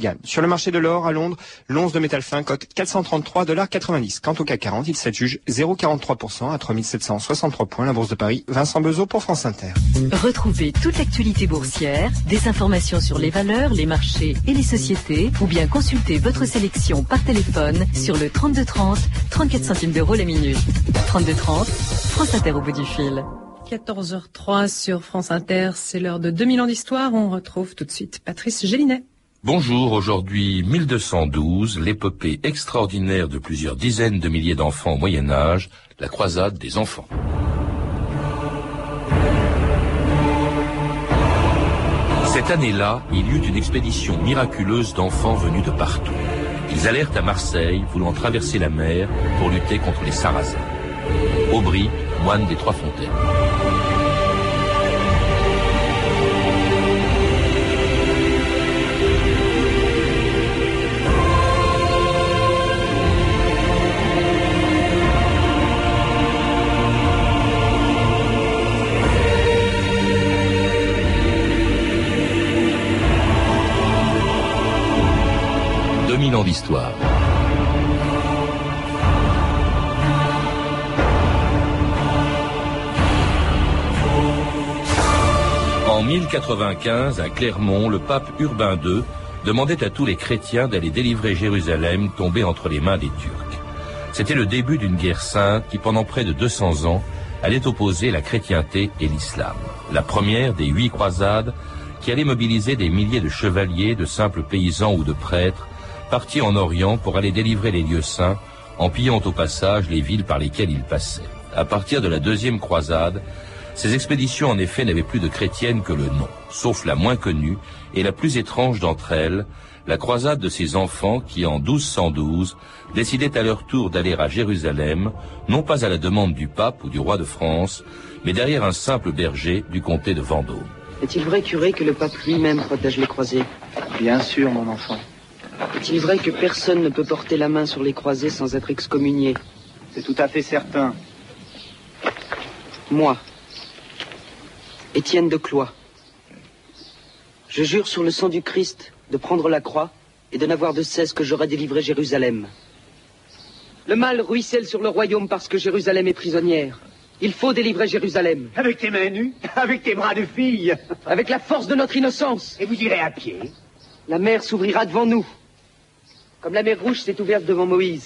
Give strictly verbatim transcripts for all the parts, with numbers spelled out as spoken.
Michigan. Sur le marché de l'or à Londres, l'once de métal fin cote quatre cent trente-trois virgule quatre-vingt-dix dollars. Quant au C A C quarante, il s'adjuge zéro virgule quarante-trois pour cent à trois mille sept cent soixante-trois points. La Bourse de Paris, Vincent Bezeau pour France Inter. Retrouvez toute l'actualité boursière, des informations sur les valeurs, les marchés et les sociétés, ou bien consultez votre sélection par téléphone sur le trente-deux trente, trente-quatre centimes d'euros la minute. trente-deux trente, France Inter au bout du fil. quatorze heures trois sur France Inter, c'est l'heure de deux mille ans d'histoire. On retrouve tout de suite Patrice Gélinet. Bonjour, aujourd'hui mille deux cent douze, l'épopée extraordinaire de plusieurs dizaines de milliers d'enfants au Moyen-Âge, la croisade des enfants. Cette année-là, il y eut une expédition miraculeuse d'enfants venus de partout. Ils allèrent à Marseille, voulant traverser la mer pour lutter contre les Sarrasins. Aubry, moine des Trois-Fontaines. deux mille ans d'histoire. En mille quatre-vingt-quinze, à Clermont, le pape Urbain deux demandait à tous les chrétiens d'aller délivrer Jérusalem tombée entre les mains des Turcs. C'était le début d'une guerre sainte qui, pendant près de deux cents ans, allait opposer la chrétienté et l'islam. La première des huit croisades qui allait mobiliser des milliers de chevaliers, de simples paysans ou de prêtres, partis en Orient pour aller délivrer les lieux saints, en pillant au passage les villes par lesquelles ils passaient. À partir de la deuxième croisade, ces expéditions en effet n'avaient plus de chrétiennes que le nom, sauf la moins connue et la plus étrange d'entre elles, la croisade de ces enfants qui, en douze cent douze, décidaient à leur tour d'aller à Jérusalem, non pas à la demande du pape ou du roi de France, mais derrière un simple berger du comté de Vendôme. Est-il vrai, curé, que le pape lui-même protège les croisés? Bien sûr, mon enfant. Est-il vrai que personne ne peut porter la main sur les croisés sans être excommunié? C'est tout à fait certain. Moi, Étienne de Cloix, je jure sur le sang du Christ de prendre la croix et de n'avoir de cesse que j'aurai délivré Jérusalem. Le mal ruisselle sur le royaume parce que Jérusalem est prisonnière. Il faut délivrer Jérusalem. Avec tes mains nues? Avec tes bras de fille? Avec la force de notre innocence. Et vous irez à pied? La mer s'ouvrira devant nous, comme la mer Rouge s'est ouverte devant Moïse.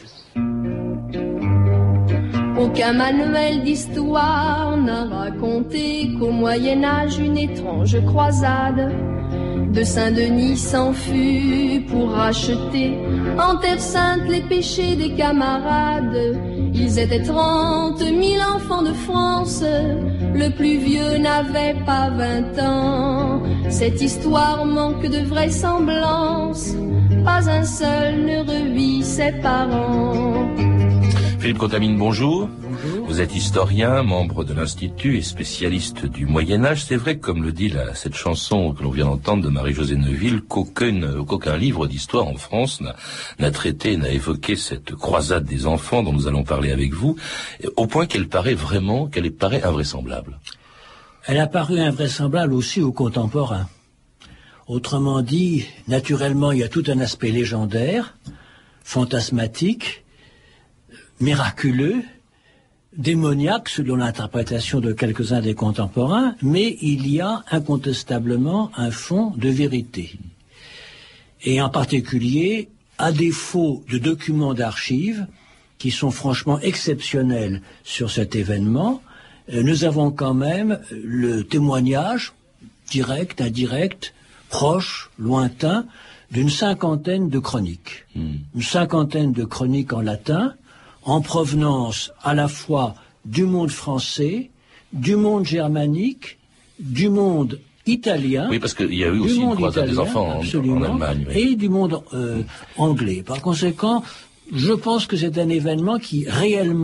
Aucun manuel d'histoire n'a raconté qu'au Moyen-Âge une étrange croisade de Saint-Denis s'en fut pour racheter en Terre Sainte les péchés des camarades. Ils étaient trente mille enfants de France, le plus vieux n'avait pas vingt ans. Cette histoire manque de vraisemblance, pas un seul ne revit ses parents. Philippe Contamine, bonjour. Bonjour. Vous êtes historien, membre de l'Institut et spécialiste du Moyen-Âge. C'est vrai, comme le dit la, cette chanson que l'on vient d'entendre de Marie-Josée Neuville, qu'aucun, qu'aucun livre d'histoire en France n'a, n'a traité, n'a évoqué cette croisade des enfants dont nous allons parler avec vous, au point qu'elle paraît vraiment, qu'elle paraît invraisemblable. Elle a paru invraisemblable aussi aux contemporains. Autrement dit, naturellement, il y a tout un aspect légendaire, fantasmatique, miraculeux, démoniaque selon l'interprétation de quelques-uns des contemporains, mais il y a incontestablement un fond de vérité. Et en particulier, à défaut de documents d'archives qui sont franchement exceptionnels sur cet événement, nous avons quand même le témoignage direct, indirect, proche, lointain, d'une cinquantaine de chroniques. Mmh. Une cinquantaine de chroniques en latin, en provenance à la fois du monde français, du monde germanique, du monde italien. Oui, parce qu'il y a eu aussi une croisade des enfants en, en Allemagne. Oui. Et du monde euh, anglais. Par conséquent, je pense que c'est un événement qui réellement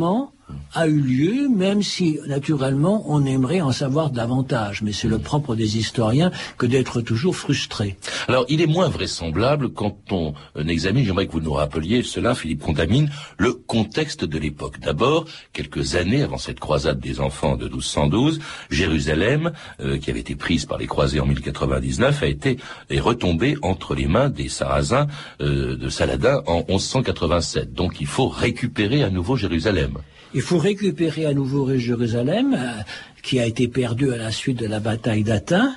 a eu lieu, même si, naturellement, on aimerait en savoir davantage. Mais c'est le propre des historiens que d'être toujours frustré. Alors, il est moins vraisemblable quand on examine, j'aimerais que vous nous rappeliez cela, Philippe Contamine, le contexte de l'époque. D'abord, quelques années avant cette croisade des enfants de douze cent douze, Jérusalem, euh, qui avait été prise par les croisés en mille quatre-vingt-dix-neuf, a été est retombée entre les mains des Sarrasins euh, de Saladin en onze cent quatre-vingt-sept. Donc, il faut récupérer à nouveau Jérusalem. Il faut récupérer à nouveau Jérusalem, euh, qui a été perdu à la suite de la bataille d'Atin.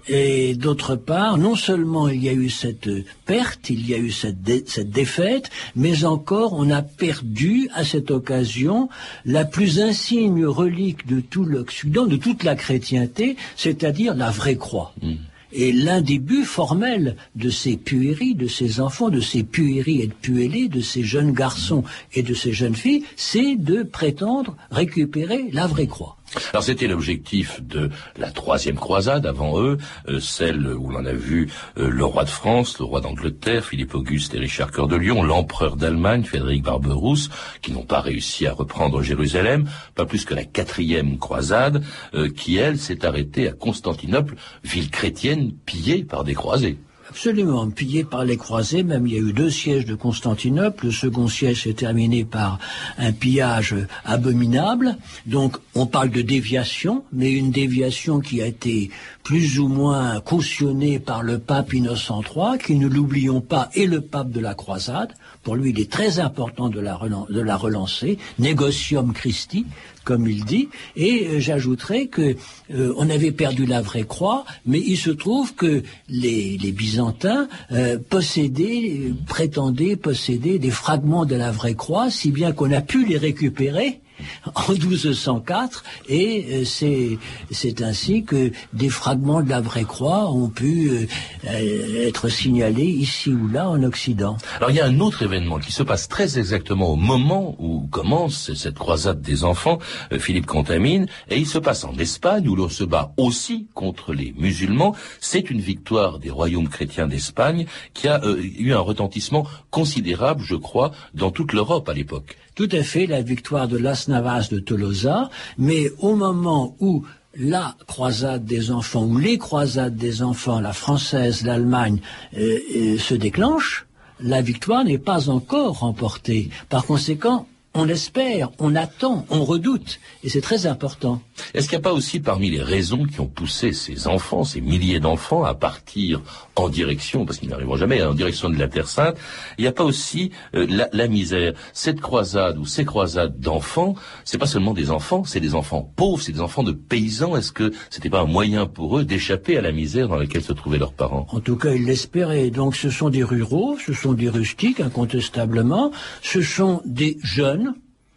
Et d'autre part, non seulement il y a eu cette perte, il y a eu cette, dé- cette défaite, mais encore on a perdu à cette occasion la plus insigne relique de tout l'Occident, de toute la chrétienté, c'est-à-dire la vraie croix. Mmh. Et l'un des buts formels de ces puéries, de ces enfants, de ces puéries et de puellés, de ces jeunes garçons et de ces jeunes filles, c'est de prétendre récupérer la vraie croix. Alors c'était l'objectif de la troisième croisade avant eux, euh, celle où l'on a vu euh, le roi de France, le roi d'Angleterre, Philippe Auguste et Richard Cœur de Lion, l'empereur d'Allemagne, Frédéric Barberousse, qui n'ont pas réussi à reprendre Jérusalem, pas plus que la quatrième croisade, euh, qui elle s'est arrêtée à Constantinople, ville chrétienne pillée par des croisés. Absolument, pillé par les croisés, même il y a eu deux sièges de Constantinople, le second siège s'est terminé par un pillage abominable, donc on parle de déviation, mais une déviation qui a été plus ou moins cautionnée par le pape Innocent trois, qui, ne l'oublions pas, est le pape de la croisade. Pour lui, il est très important de la, relan- de la relancer, Negotium Christi, comme il dit, et euh, j'ajouterais que euh, on avait perdu la vraie croix, mais il se trouve que les, les Byzantins euh, possédaient, euh, prétendaient posséder des fragments de la vraie croix, si bien qu'on a pu les récupérer en douze cent quatre, et euh, c'est c'est ainsi que des fragments de la vraie croix ont pu euh, euh, être signalés ici ou là en Occident. Alors il y a un autre événement qui se passe très exactement au moment où commence cette croisade des enfants, euh, Philippe Contamine, et il se passe en Espagne où l'on se bat aussi contre les musulmans. C'est une victoire des royaumes chrétiens d'Espagne qui a euh, eu un retentissement considérable, je crois, dans toute l'Europe à l'époque. Tout à fait, la victoire de Las Navas de Tolosa, mais au moment où la croisade des enfants, ou les croisades des enfants, la française, l'Allemagne, euh, euh, se déclenchent, la victoire n'est pas encore remportée. Par conséquent, on espère, on attend, on redoute, et c'est très important. Est-ce qu'il n'y a pas aussi parmi les raisons qui ont poussé ces enfants, ces milliers d'enfants, à partir en direction, parce qu'ils n'arriveront jamais, en direction de la Terre Sainte, il n'y a pas aussi euh, la, la misère? Cette croisade ou ces croisades d'enfants, c'est pas seulement des enfants, c'est des enfants pauvres, c'est des enfants de paysans. Est-ce que c'était pas un moyen pour eux d'échapper à la misère dans laquelle se trouvaient leurs parents? En tout cas, ils l'espéraient. Donc ce sont des ruraux, ce sont des rustiques, incontestablement, ce sont des jeunes.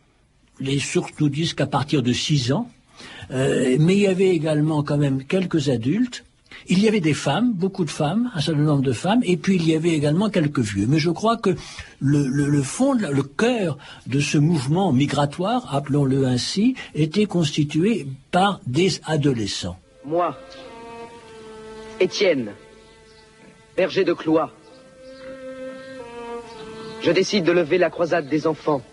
Les sources nous disent qu'à partir de six ans, euh, mais il y avait également quand même quelques adultes. Il y avait des femmes, beaucoup de femmes, un certain nombre de femmes, et puis il y avait également quelques vieux. Mais je crois que le, le, le fond, le cœur de ce mouvement migratoire, appelons-le ainsi, était constitué par des adolescents. Moi, Étienne, berger de Cloyes, je décide de lever la croisade des enfants.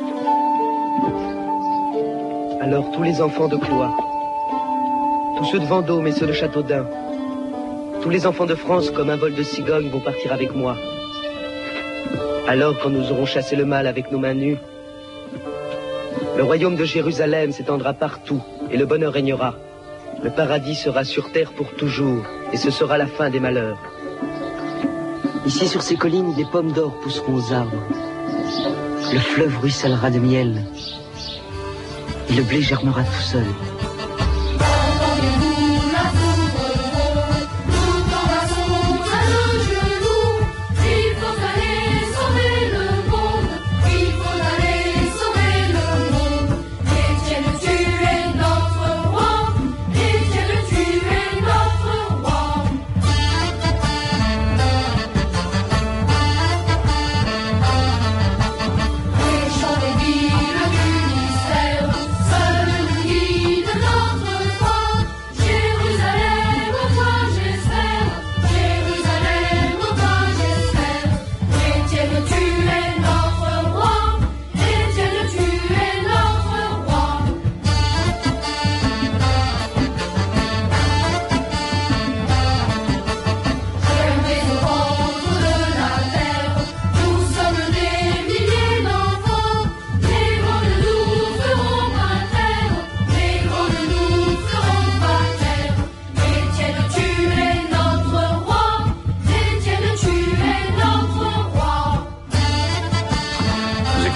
Alors tous les enfants de Cloyes, tous ceux de Vendôme et ceux de Châteaudun, tous les enfants de France comme un vol de cigogne vont partir avec moi. Alors quand nous aurons chassé le mal avec nos mains nues, le royaume de Jérusalem s'étendra partout et le bonheur régnera. Le paradis sera sur terre pour toujours et ce sera la fin des malheurs. Ici sur ces collines, des pommes d'or pousseront aux arbres. Le fleuve ruissellera de miel. Et le blé germera tout seul. Les chants des villes du mystère, seuls nous guident.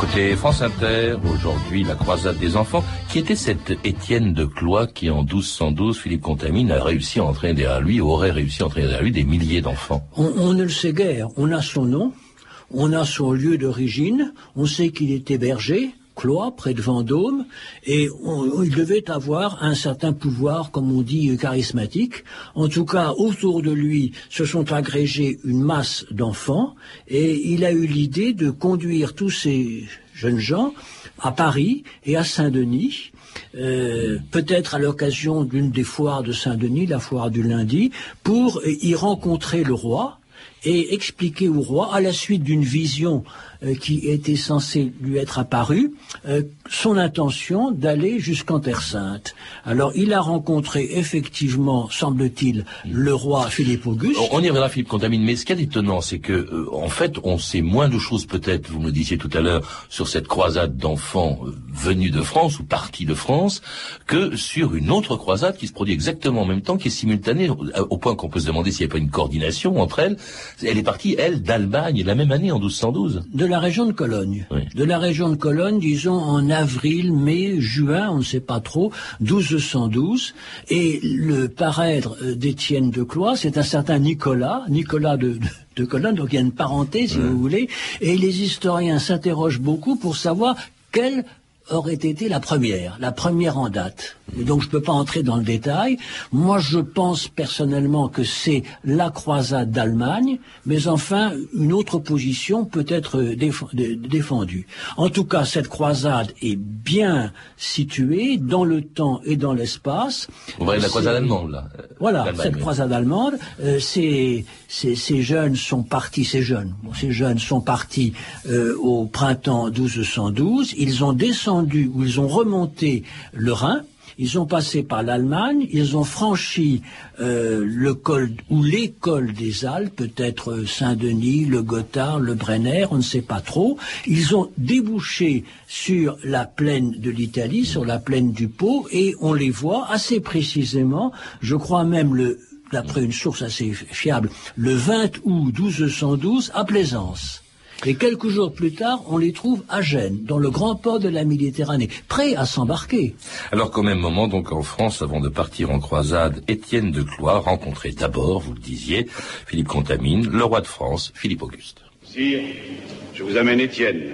Écoutez, France Inter, aujourd'hui la croisade des enfants, qui était cet Étienne de Cloix qui en douze cent douze, Philippe Contamine a réussi à entraîner derrière lui, aurait réussi à entraîner derrière lui des milliers d'enfants. On, on ne le sait guère, on a son nom, on a son lieu d'origine, on sait qu'il était berger, Cloix, près de Vendôme, et on, il devait avoir un certain pouvoir, comme on dit, charismatique. En tout cas, autour de lui se sont agrégés une masse d'enfants, et il a eu l'idée de conduire tous ces jeunes gens à Paris et à Saint-Denis, euh, peut-être à l'occasion d'une des foires de Saint-Denis, la foire du lundi, pour y rencontrer le roi, et expliquer au roi, à la suite d'une vision euh, qui était censée lui être apparue, euh, son intention d'aller jusqu'en Terre Sainte. Alors, il a rencontré effectivement, semble-t-il, le roi Philippe Auguste. On y reviendra, Philippe Contamine, mais ce qui est étonnant, c'est que, euh, en fait, on sait moins de choses peut-être, vous me le disiez tout à l'heure, sur cette croisade d'enfants euh, venus de France ou partis de France, que sur une autre croisade qui se produit exactement en même temps, qui est simultanée, au, au point qu'on peut se demander s'il n'y a pas une coordination entre elles. Elle est partie, elle, d'Allemagne, la même année, en douze cent douze. De la région de Cologne. Oui. De la région de Cologne, disons en avril, mai, juin, on ne sait pas trop, douze cent douze. Et le parèdre d'Étienne de Cloix, c'est un certain Nicolas, Nicolas de, de, de Cologne, donc il y a une parenté, si oui. vous voulez. Et les historiens s'interrogent beaucoup pour savoir quelle aurait été la première, la première en date. Et donc je ne peux pas entrer dans le détail. Moi je pense personnellement que c'est la croisade d'Allemagne, mais enfin une autre position peut être déf- défendue. En tout cas, cette croisade est bien située dans le temps et dans l'espace. Vous voyez la croisade allemande là. Voilà, L'Allemagne, cette oui. croisade allemande. Euh, ces, ces, ces jeunes sont partis, ces jeunes, bon, ces jeunes sont partis euh, au printemps douze cent douze. Ils ont descendu où ils ont remonté le Rhin, ils ont passé par l'Allemagne, ils ont franchi euh, le col ou les cols des Alpes, peut-être Saint-Denis, le Gothard, le Brenner, on ne sait pas trop. Ils ont débouché sur la plaine de l'Italie, sur la plaine du Pô, et on les voit assez précisément, je crois même le d'après une source assez fiable, le vingt août douze cent douze à Plaisance. Et quelques jours plus tard, on les trouve à Gênes, dans le grand port de la Méditerranée, prêts à s'embarquer. Alors qu'au même moment, donc en France, avant de partir en croisade, Étienne de Cloix rencontrait d'abord, vous le disiez, Philippe Contamine, le roi de France, Philippe Auguste. Sire, je vous amène Étienne.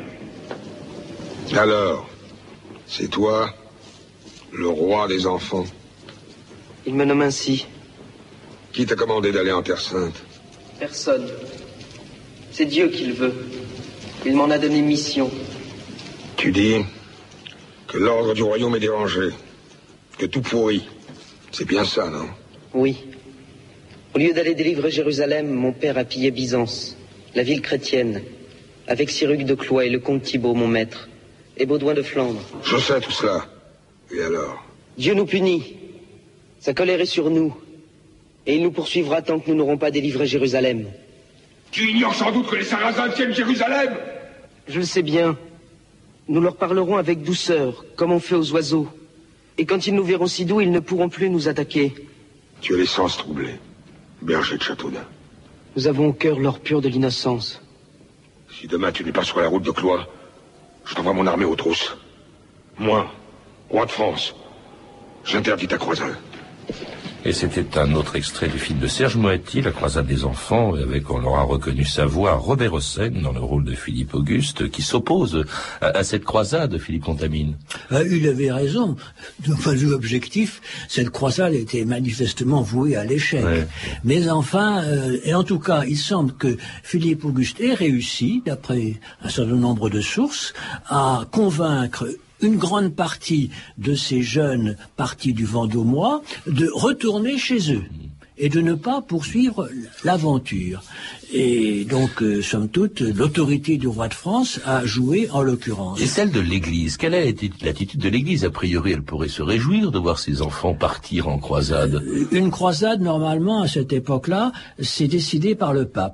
Alors, c'est toi, le roi des enfants? Il me nomme ainsi. Qui t'a commandé d'aller en Terre Sainte? Personne. C'est Dieu qui le veut. Il m'en a donné mission. Tu dis que l'ordre du royaume est dérangé, que tout pourrit. C'est bien ça, non? Oui. Au lieu d'aller délivrer Jérusalem, mon père a pillé Byzance, la ville chrétienne, avec Sirugue de Cloix et le comte Thibaut, mon maître, et Baudouin de Flandre. Je sais tout cela. Et alors? Dieu nous punit. Sa colère est sur nous. Et il nous poursuivra tant que nous n'aurons pas délivré Jérusalem. Tu ignores sans doute que les Sarrasins tiennent Jérusalem? Je le sais bien. Nous leur parlerons avec douceur, comme on fait aux oiseaux. Et quand ils nous verront si doux, ils ne pourront plus nous attaquer. Tu as les sens troublés, berger de Châteaudun. Nous avons au cœur l'or pur de l'innocence. Si demain tu n'es pas sur la route de Cloix, je t'envoie mon armée aux trousses. Moi, roi de France, j'interdis ta croisade. Et c'était un autre extrait du film de Serge Moati, La croisade des enfants, avec, on l'aura reconnu sa voix, Robert Hossein, dans le rôle de Philippe Auguste, qui s'oppose à, à cette croisade, Philippe Contamine. Ah, il avait raison. D'un point de vue objectif, cette croisade était manifestement vouée à l'échec. Ouais. Mais enfin, euh, et en tout cas, il semble que Philippe Auguste ait réussi, d'après un certain nombre de sources, à convaincre une grande partie de ces jeunes partis du Vendômois de retourner chez eux et de ne pas poursuivre l'aventure. Et donc, euh, somme toute, l'autorité du roi de France a joué en l'occurrence. Et celle de l'Église, quelle est l'attitude de l'Église? A priori, elle pourrait se réjouir de voir ses enfants partir en croisade. Une croisade, normalement, à cette époque-là, c'est décidé par le pape.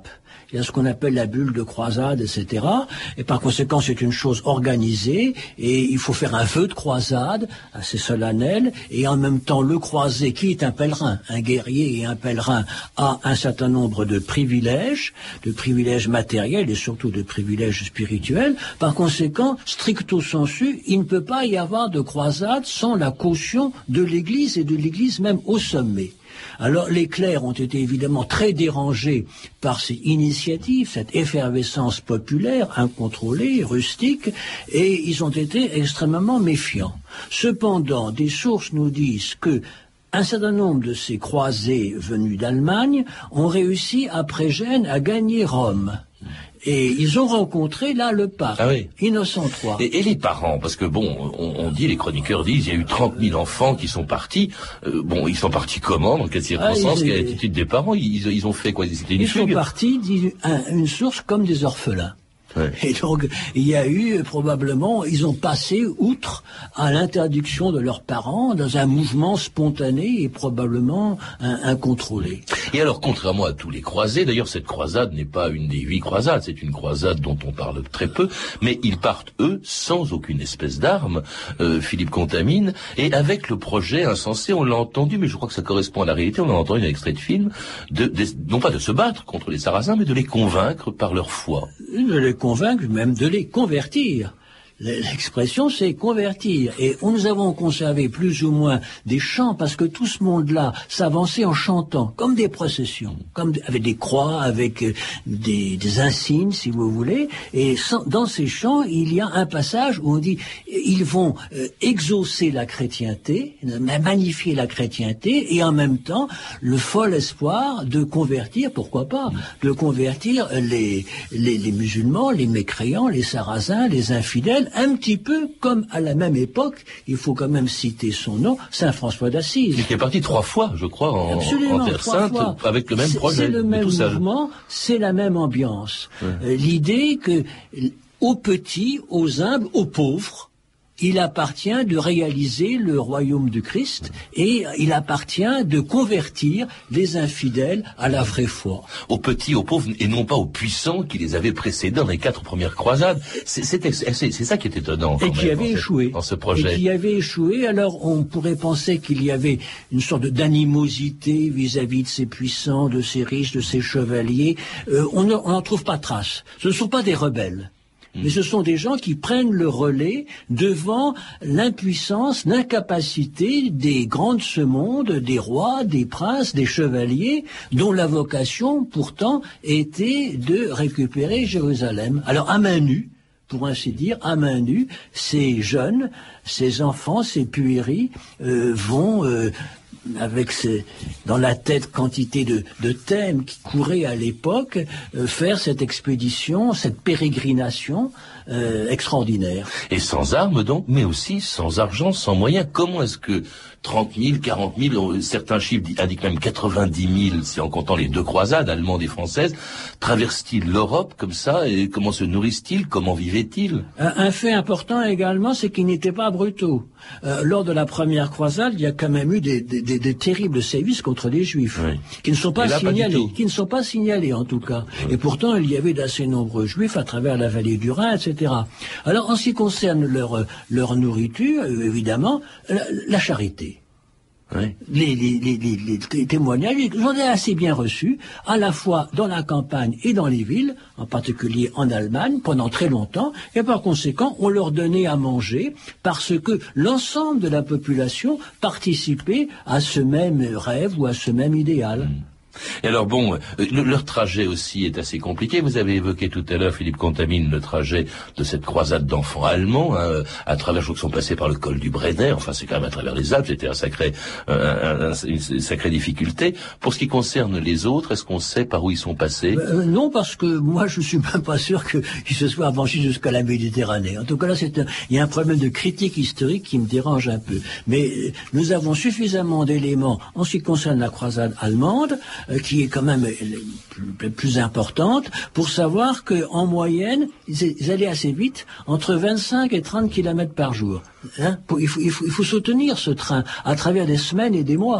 il y a ce qu'on appelle la bulle de croisade, et cetera. Et par conséquent, c'est une chose organisée, et il faut faire un vœu de croisade assez solennel, et en même temps, le croisé, qui est un pèlerin, un guerrier et un pèlerin, a un certain nombre de privilèges, de privilèges matériels et surtout de privilèges spirituels. Par conséquent, stricto sensu, il ne peut pas y avoir de croisade sans la caution de l'Église et de l'Église même au sommet. Alors les clercs ont été évidemment très dérangés par ces initiatives, cette effervescence populaire, incontrôlée, rustique, et ils ont été extrêmement méfiants. Cependant, des sources nous disent que un certain nombre de ces croisés venus d'Allemagne ont réussi après Gênes à gagner Rome. Et ils ont rencontré là le pape, ah oui. Innocent trois. Et, et les parents, parce que bon, on, on dit, les chroniqueurs disent, il y a eu trente mille enfants qui sont partis. Euh, bon, ils sont partis comment, dans quelles circonstances, ah, quelle est l'attitude des parents? ils, ils ont fait quoi? C'était une Ils fugue. sont partis, dit un, une source, comme des orphelins. Ouais. Et donc, il y a eu, probablement, ils ont passé outre à l'interdiction de leurs parents dans un mouvement spontané et probablement un, incontrôlé. Et alors, contrairement à tous les croisés, d'ailleurs, cette croisade n'est pas une des huit croisades, c'est une croisade dont on parle très peu, mais ils partent, eux, sans aucune espèce d'arme, euh, Philippe Contamine, et avec le projet insensé, on l'a entendu, mais je crois que ça correspond à la réalité, on a entendu un extrait de film, de, de, non pas de se battre contre les Sarrasins, mais de les convaincre par leur foi. De les convaincre, même de les convertir. L'expression, c'est convertir. Et nous avons conservé plus ou moins des chants, parce que tout ce monde-là s'avançait en chantant, comme des processions, comme avec des croix, avec des, des insignes, si vous voulez. Et sans, dans ces chants, il y a un passage où on dit, ils vont euh, exaucer la chrétienté, magnifier la chrétienté, et en même temps, le fol espoir de convertir, pourquoi pas, de convertir les, les, les musulmans, les mécréants, les sarrasins, les infidèles, un petit peu comme à la même époque, il faut quand même citer son nom, Saint François d'Assise. Il est parti trois fois, je crois, en, en Terre Sainte, fois. Avec le même projet. C'est le même mouvement, c'est la même ambiance. Ouais. Euh, l'idée que aux petits, aux humbles, aux pauvres, il appartient de réaliser le royaume du Christ et il appartient de convertir les infidèles à la vraie foi. Aux petits, aux pauvres et non pas aux puissants qui les avaient précédés dans les quatre premières croisades. C'est, c'est, c'est, c'est ça qui est étonnant. Et qui avait échoué. Dans ce projet. Et qui avait échoué. Alors on pourrait penser qu'il y avait une sorte d'animosité vis-à-vis de ces puissants, de ces riches, de ces chevaliers. Euh, on n'en trouve pas trace. Ce ne sont pas des rebelles. Mais ce sont des gens qui prennent le relais devant l'impuissance, l'incapacité des grands de ce monde, des rois, des princes, des chevaliers, dont la vocation, pourtant, était de récupérer Jérusalem. Alors, à main nue, pour ainsi dire, à main nue, ces jeunes, ces enfants, ces puéris, euh, vont... Euh, avec ces, dans la tête quantité de, de thèmes qui couraient à l'époque, euh, faire cette expédition, cette pérégrination euh, extraordinaire. Et sans armes donc, mais aussi sans argent, sans moyens. Comment est-ce que trente mille, quarante mille, certains chiffres indiquent même quatre-vingt-dix mille, si en comptant les deux croisades, allemandes et françaises, traversent-ils l'Europe comme ça? Et comment se nourrissent-ils? Comment vivaient-ils? Un, un fait important également, c'est qu'ils n'étaient pas brutaux. Euh, lors de la première croisade, il y a quand même eu des, des, des, des terribles sévices contre les Juifs, oui. qui ne sont pas là, signalés, pas qui ne sont pas signalés en tout cas. Oui. Et pourtant, il y avait d'assez nombreux Juifs à travers la vallée du Rhin, et cetera. Alors, en ce qui concerne leur leur nourriture, évidemment, la, la charité. Oui. Les, les, les, les, les témoignages, j'en ai assez bien reçus, à la fois dans la campagne et dans les villes, en particulier en Allemagne, pendant très longtemps, et par conséquent, on leur donnait à manger, parce que l'ensemble de la population participait à ce même rêve ou à ce même idéal. Mmh. Et alors bon, le, leur trajet aussi est assez compliqué. Vous avez évoqué tout à l'heure, Philippe Contamine, le trajet de cette croisade d'enfants allemands, hein, à travers, je crois qu'ils sont passés par le col du Brenner, enfin c'est quand même à travers les Alpes, c'était un sacré, un, un, un, une sacrée difficulté. Pour ce qui concerne les autres, est-ce qu'on sait par où ils sont passés? euh, Non, parce que moi je suis même pas sûr qu'ils se soient avancés jusqu'à la Méditerranée. En tout cas là, c'est un, il y a un problème de critique historique qui me dérange un peu. Mais euh, nous avons suffisamment d'éléments en ce qui concerne la croisade allemande, qui est quand même plus, plus importante, pour savoir qu'en moyenne, ils allaient assez vite, entre vingt-cinq et trente kilomètres par jour. Hein, pour, il, faut, il, faut, il faut soutenir ce train à travers des semaines et des mois.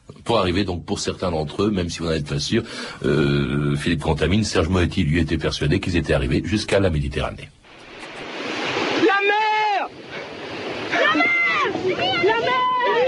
Pour arriver donc pour certains d'entre eux, même si vous n'en êtes pas sûr, euh, Philippe Contamine, Serge Moretti lui était persuadé qu'ils étaient arrivés jusqu'à la Méditerranée. La mer! La mer! La mer!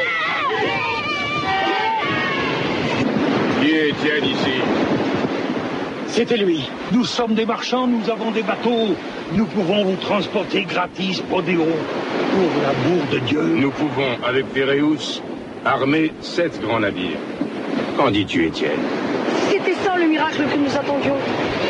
Qui est Étienne ici? C'était lui. Nous sommes des marchands, nous avons des bateaux. Nous pouvons vous transporter gratis pour des ronds. Pour l'amour de Dieu. Nous pouvons, avec Péréus, armer sept grands navires. Qu'en dis-tu, Étienne? C'était ça le miracle que nous attendions.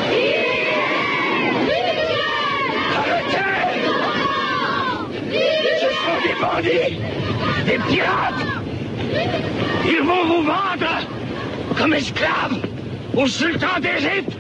Ce sont des bandits, des pirates. Ils vont vous vendre comme esclaves au sultan d'Égypte.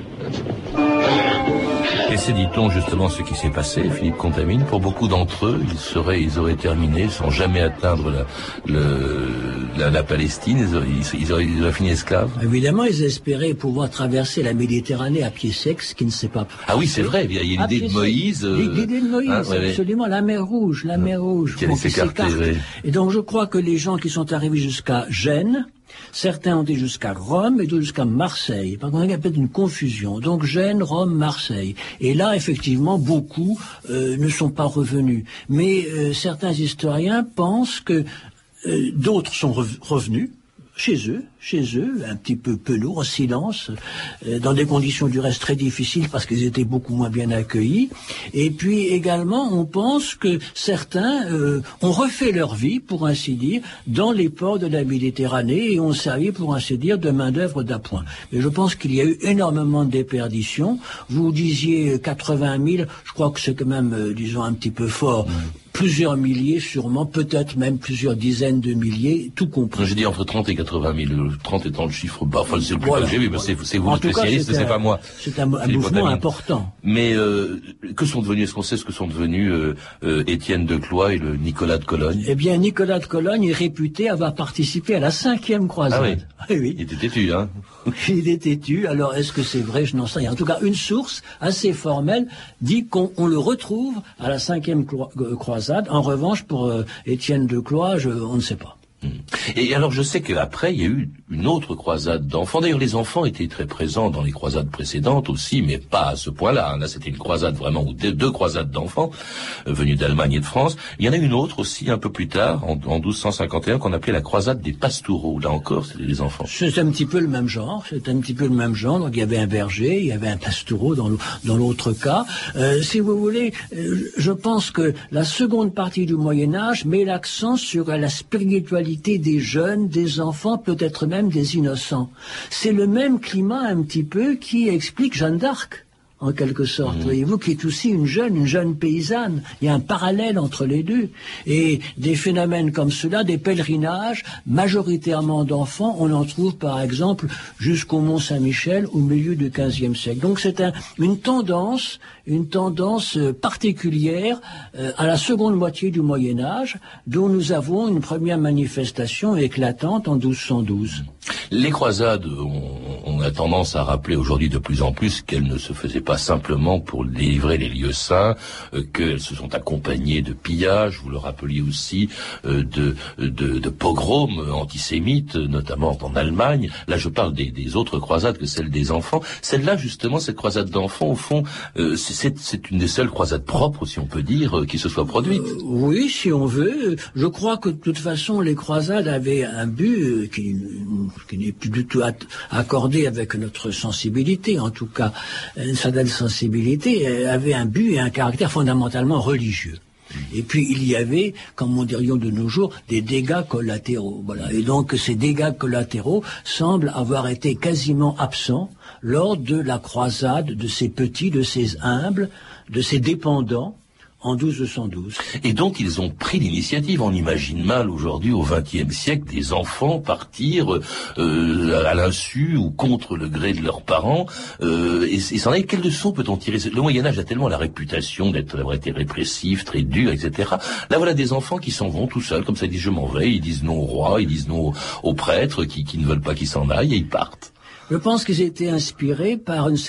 Et c'est, dit-on, justement ce qui s'est passé, Philippe Contamine. Pour beaucoup d'entre eux, ils seraient, ils auraient terminé sans jamais atteindre la, le, la, la Palestine. Ils auraient, ils, auraient, ils auraient fini esclaves. Évidemment, ils espéraient pouvoir traverser la Méditerranée à pied sec, ce qui ne s'est pas passé. Ah oui, c'est vrai. Il y a, il y a l'idée de Moïse. Euh, l'idée de Moïse, hein, absolument. Ouais, la mer Rouge, la mer Rouge. Qui allait s'écarter. Oui. Et donc, je crois que les gens qui sont arrivés jusqu'à Gênes, certains ont été jusqu'à Rome et d'autres jusqu'à Marseille. Par contre, il y a peut-être une confusion. Donc Gênes, Rome, Marseille. Et là, effectivement, beaucoup euh, ne sont pas revenus. Mais euh, certains historiens pensent que euh, d'autres sont rev- revenus chez eux, chez eux, un petit peu penaud, en silence, euh, dans des conditions du reste très difficiles parce qu'ils étaient beaucoup moins bien accueillis. Et puis également, on pense que certains euh, ont refait leur vie, pour ainsi dire, dans les ports de la Méditerranée et ont servi, pour ainsi dire, de main-d'œuvre d'appoint. Mais je pense qu'il y a eu énormément de déperditions. Vous disiez quatre-vingt mille, je crois que c'est quand même, euh, disons, un petit peu fort. Mmh. Plusieurs milliers, sûrement, peut-être même plusieurs dizaines de milliers, tout compris. J'ai dit entre trente et quatre-vingt mille, trente étant le chiffre bas, enfin c'est le plus voilà, que j'ai vu, voilà. c'est, c'est vous le spécialiste, c'est pas moi. C'est un, un mouvement important. Mais euh, que sont devenus, est-ce qu'on sait ce que sont devenus euh, euh, Étienne de Cloyes et le Nicolas de Cologne? Eh bien, Nicolas de Cologne est réputé avoir participé à la cinquième croisade. Ah oui, oui, oui. Il était têtu, hein. Il était têtu, alors est-ce que c'est vrai? Je n'en sais rien. En tout cas, une source assez formelle dit qu'on on le retrouve à la cinquième cro- croisade. En revanche, pour euh, Étienne de Cloyes, je, on ne sait pas. Et alors je sais qu'après il y a eu une autre croisade d'enfants. D'ailleurs les enfants étaient très présents dans les croisades précédentes aussi, mais pas à ce point-là. Là c'était une croisade vraiment, ou deux, deux croisades d'enfants euh, venus d'Allemagne et de France. Il y en a une autre aussi un peu plus tard, en, en douze cent cinquante et un, qu'on appelait la croisade des pastoureaux. Là encore c'était les enfants. C'est un petit peu le même genre. C'est un petit peu le même genre. Donc il y avait un berger, il y avait un pastoureau dans, le, dans l'autre cas. Euh, si vous voulez, euh, je pense que la seconde partie du Moyen Âge met l'accent sur la spiritualité des jeunes, des enfants, peut-être même des innocents. C'est le même climat un petit peu qui explique Jeanne d'Arc, en quelque sorte, mmh. voyez-vous, qui est aussi une jeune, une jeune paysanne. Il y a un parallèle entre les deux. Et des phénomènes comme cela, des pèlerinages, majoritairement d'enfants, on en trouve par exemple jusqu'au Mont Saint-Michel au milieu du quinzième siècle. Donc c'est un, une tendance, une tendance particulière euh, à la seconde moitié du Moyen Âge, dont nous avons une première manifestation éclatante en douze cent douze. Les croisades, on, on a tendance à rappeler aujourd'hui de plus en plus qu'elles ne se faisaient pas simplement pour délivrer les lieux saints, euh, qu'elles se sont accompagnées de pillages, vous le rappeliez aussi, euh, de, de, de pogroms antisémites, notamment en Allemagne. Là, je parle des, des autres croisades que celles des enfants. Celle-là, justement, cette croisade d'enfants, au fond, euh, c'est, c'est une des seules croisades propres, si on peut dire, euh, qui se soit produite. Euh, oui, si on veut. Je crois que de toute façon, les croisades avaient un but euh, qui, qui n'est plus du tout accordé avec notre sensibilité, en tout cas. Une certaine sensibilité avait un but et un caractère fondamentalement religieux. Et puis il y avait, comme on dirait de nos jours, des dégâts collatéraux. Voilà. Et donc ces dégâts collatéraux semblent avoir été quasiment absents lors de la croisade de ces petits, de ces humbles, de ces dépendants, en douze cent douze. Et donc ils ont pris l'initiative. On imagine mal aujourd'hui, au vingtième siècle, des enfants partir euh, à l'insu ou contre le gré de leurs parents. Euh, et, et c'en est, quelles leçons peut-on tirer? Le Moyen-Âge a tellement la réputation d'être, d'avoir été répressif, très dur, et cetera. Là voilà des enfants qui s'en vont tout seuls, comme ça, ils disent je m'en vais, ils disent non au roi, ils disent non aux prêtres qui, qui ne veulent pas qu'ils s'en aillent et ils partent. Je pense qu'ils étaient inspirés par une certaine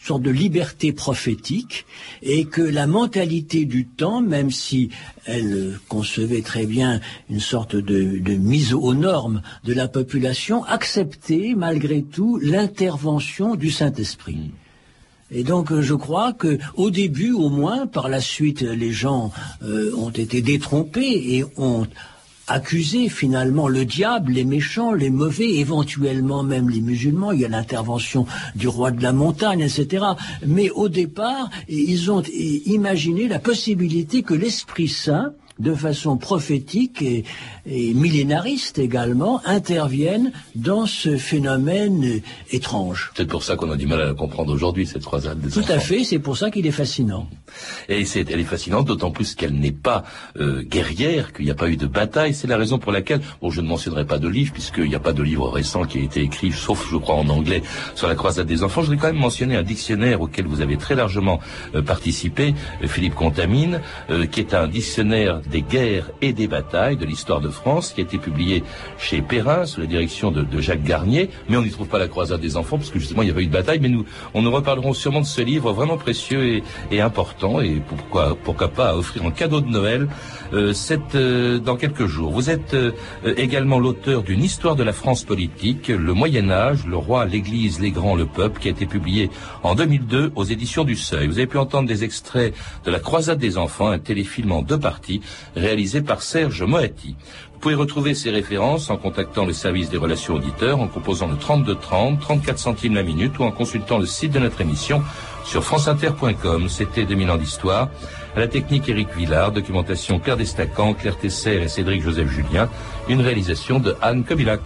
sorte de liberté prophétique et que la mentalité du temps, même si elle concevait très bien une sorte de, de mise aux normes de la population, acceptait malgré tout l'intervention du Saint-Esprit. Et donc je crois que au début au moins, par la suite les gens euh, ont été détrompés et ont accusé finalement le diable, les méchants, les mauvais, éventuellement même les musulmans. Il y a l'intervention du roi de la montagne, et cetera. Mais au départ, ils ont imaginé la possibilité que l'Esprit Saint, de façon prophétique et, et millénariste également, interviennent dans ce phénomène étrange. C'est pour ça qu'on a du mal à la comprendre aujourd'hui, cette croisade des Tout enfants. à fait, c'est pour ça qu'il est fascinant. Et c'est, elle est fascinante, d'autant plus qu'elle n'est pas euh, guerrière, qu'il n'y a pas eu de bataille. C'est la raison pour laquelle, bon, je ne mentionnerai pas de livre, puisqu'il n'y a pas de livre récent qui a été écrit, sauf, je crois, en anglais, sur la croisade des enfants. Je voudrais quand même mentionner un dictionnaire auquel vous avez très largement euh, participé, euh, Philippe Contamine, euh, qui est un dictionnaire des guerres et des batailles de l'histoire de France, qui a été publié chez Perrin sous la direction de, de Jacques Garnier, mais on n'y trouve pas la croisade des enfants parce que justement il n'y a pas eu de bataille, mais nous on nous reparlerons sûrement de ce livre vraiment précieux et, et important, et pourquoi pourquoi pas offrir en cadeau de Noël euh, cette, euh, dans quelques jours. Vous êtes euh, également l'auteur d'une histoire de la France politique, le Moyen-Âge, le roi, l'église, les grands, le peuple, qui a été publié en deux mille deux aux éditions du Seuil. Vous avez pu entendre des extraits de la croisade des enfants, un téléfilm en deux parties réalisé par Serge Moati. Vous pouvez retrouver ces références en contactant le service des relations auditeurs, en composant le trente-deux trente, trente-quatre centimes la minute, ou en consultant le site de notre émission sur franceinter point com. C'était deux mille ans d'histoire. À la technique, Éric Villard, documentation Claire Destacan, Claire Tesser et Cédric Joseph Julien, une réalisation de Anne Kobilac.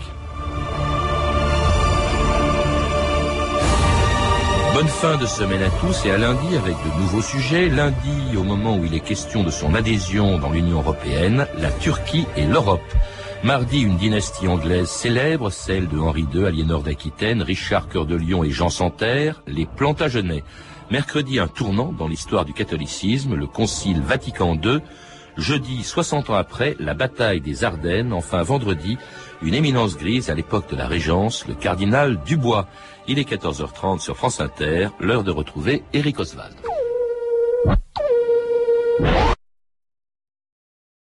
Bonne fin de semaine à tous et à lundi avec de nouveaux sujets. Lundi, au moment où il est question de son adhésion dans l'Union européenne, la Turquie et l'Europe. Mardi, une dynastie anglaise célèbre, celle de Henri deux, Aliénor d'Aquitaine, Richard Cœur de Lion et Jean Santerre, les Plantagenets. Mercredi, un tournant dans l'histoire du catholicisme, le Concile Vatican deux. Jeudi, soixante ans après, la bataille des Ardennes. Enfin, vendredi, une éminence grise à l'époque de la Régence, le cardinal Dubois. Il est quatorze heures trente sur France Inter, l'heure de retrouver Éric Oswald.